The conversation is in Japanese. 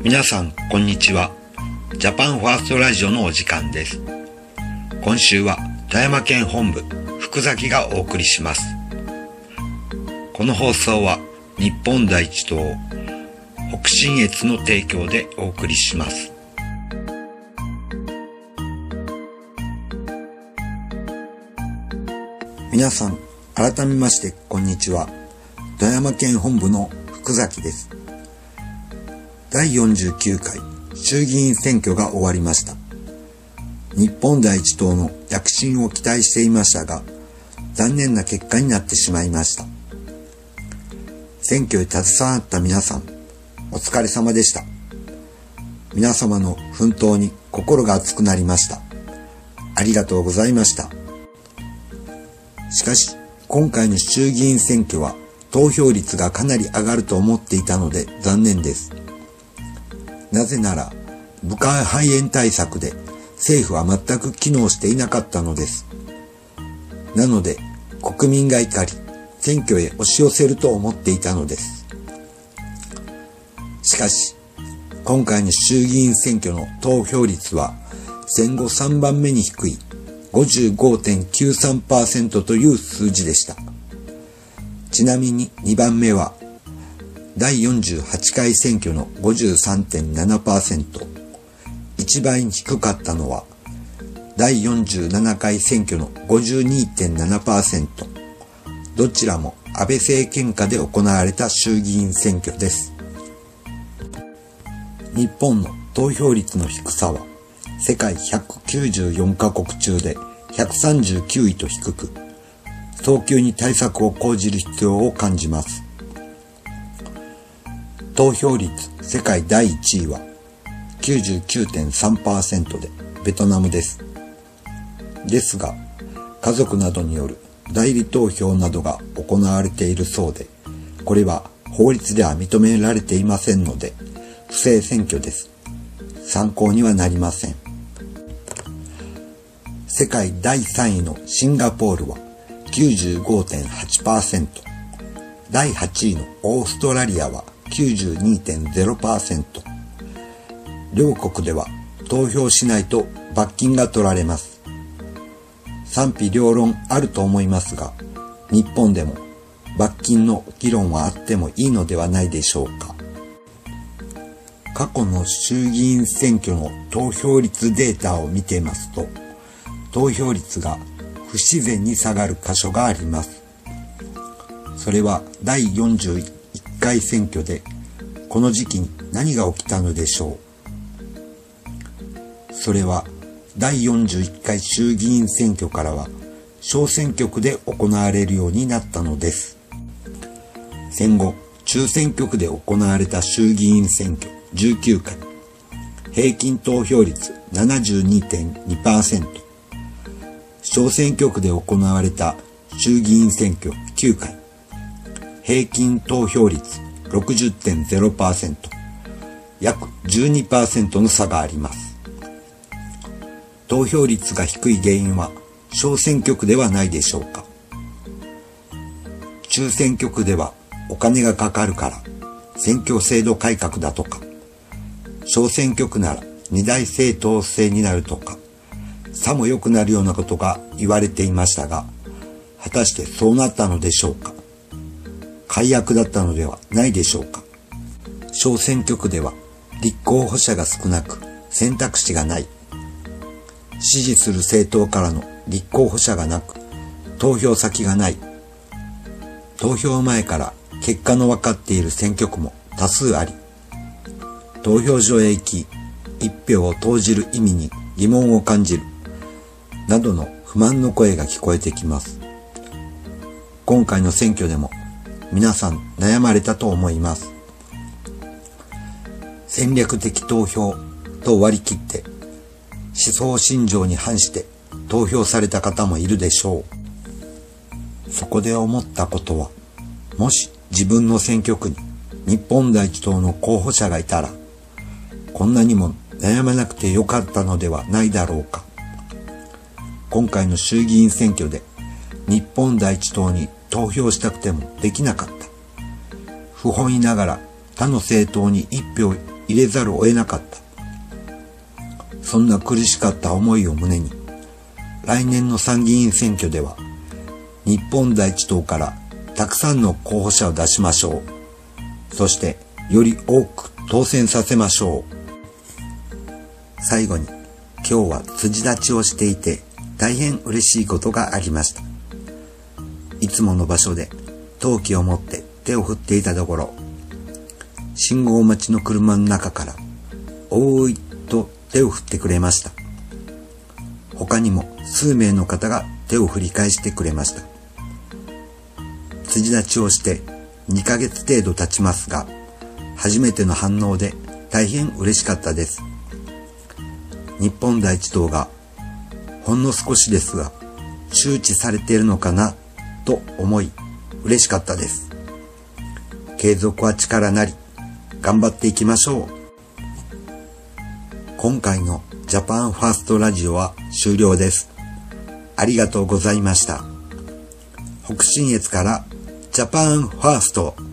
皆さんこんにちは。ジャパンファーストラジオのお時間です。今週は富山県本部福崎がお送りします。この放送は日本第一党北信越の提供でお送りします。皆さん改めましてこんにちは。富山県本部の福崎です。第49回衆議院選挙が終わりました。日本第一党の躍進を期待していましたが、残念な結果になってしまいました。選挙に携わった皆さん、お疲れ様でした。皆様の奮闘に心が熱くなりました。ありがとうございました。しかし、今回の衆議院選挙は投票率がかなり上がると思っていたので残念です。なぜなら、武漢肺炎対策で政府は全く機能していなかったのです。なので、国民が怒り、選挙へ押し寄せると思っていたのです。しかし、今回の衆議院選挙の投票率は戦後3番目に低い 55.93% という数字でした。ちなみに2番目は第48回選挙の 53.7%、一番低かったのは第47回選挙の 52.7%、どちらも安倍政権下で行われた衆議院選挙です。日本の投票率の低さは世界194カ国中で139位と低く、早急に対策を講じる必要を感じます。投票率世界第1位は 99.3% でベトナムです。ですが、家族などによる代理投票などが行われているそうで、これは法律では認められていませんので、不正選挙です。参考にはなりません。世界第3位のシンガポールは 95.8%、第8位のオーストラリアは 92.0%、両国では投票しないと罰金が取られます。賛否両論あると思いますが、日本でも罰金の議論はあってもいいのではないでしょうか。過去の衆議院選挙の投票率データを見ていますと、投票率が不自然に下がる箇所があります。それは第41回選挙でこの時期に何が起きたのでしょう。それは第41回衆議院選挙からは小選挙区で行われるようになったのです。戦後中選挙区で行われた衆議院選挙19回、平均投票率 72.2%、小選挙区で行われた衆議院選挙9回、平均投票率 60.0%、約 12% の差があります。投票率が低い原因は小選挙区ではないでしょうか。中選挙区ではお金がかかるから選挙制度改革だとか、小選挙区なら二大政党制になるとか、さも良くなるようなことが言われていましたが、果たしてそうなったのでしょうか。改悪だったのではないでしょうか。小選挙区では立候補者が少なく選択肢がない。支持する政党からの立候補者がなく、投票先がない。投票前から結果の分かっている選挙区も多数あり、投票所へ行き、一票を投じる意味に疑問を感じる、などの不満の声が聞こえてきます。今回の選挙でも皆さん悩まれたと思います。戦略的投票と割り切って思想信条に反して投票された方もいるでしょう。そこで思ったことは、もし自分の選挙区に日本第一党の候補者がいたら、こんなにも悩まなくてよかったのではないだろうか。今回の衆議院選挙で日本第一党に投票したくてもできなかった。不本意ながら他の政党に一票入れざるを得なかった。そんな苦しかった思いを胸に、来年の参議院選挙では、日本第一党からたくさんの候補者を出しましょう。そして、より多く当選させましょう。最後に、今日は辻立ちをしていて、大変嬉しいことがありました。いつもの場所で、陶器を持って手を振っていたところ、信号待ちの車の中から、おーいと手を振ってくれました。他にも数名の方が手を振り返してくれました。辻立ちをして2ヶ月程度経ちますが、初めての反応で大変嬉しかったです。日本第一党がほんの少しですが周知されているのかなと思い嬉しかったです。継続は力なり、頑張っていきましょう。今回のジャパンファーストラジオは終了です。ありがとうございました。北信越からジャパンファースト。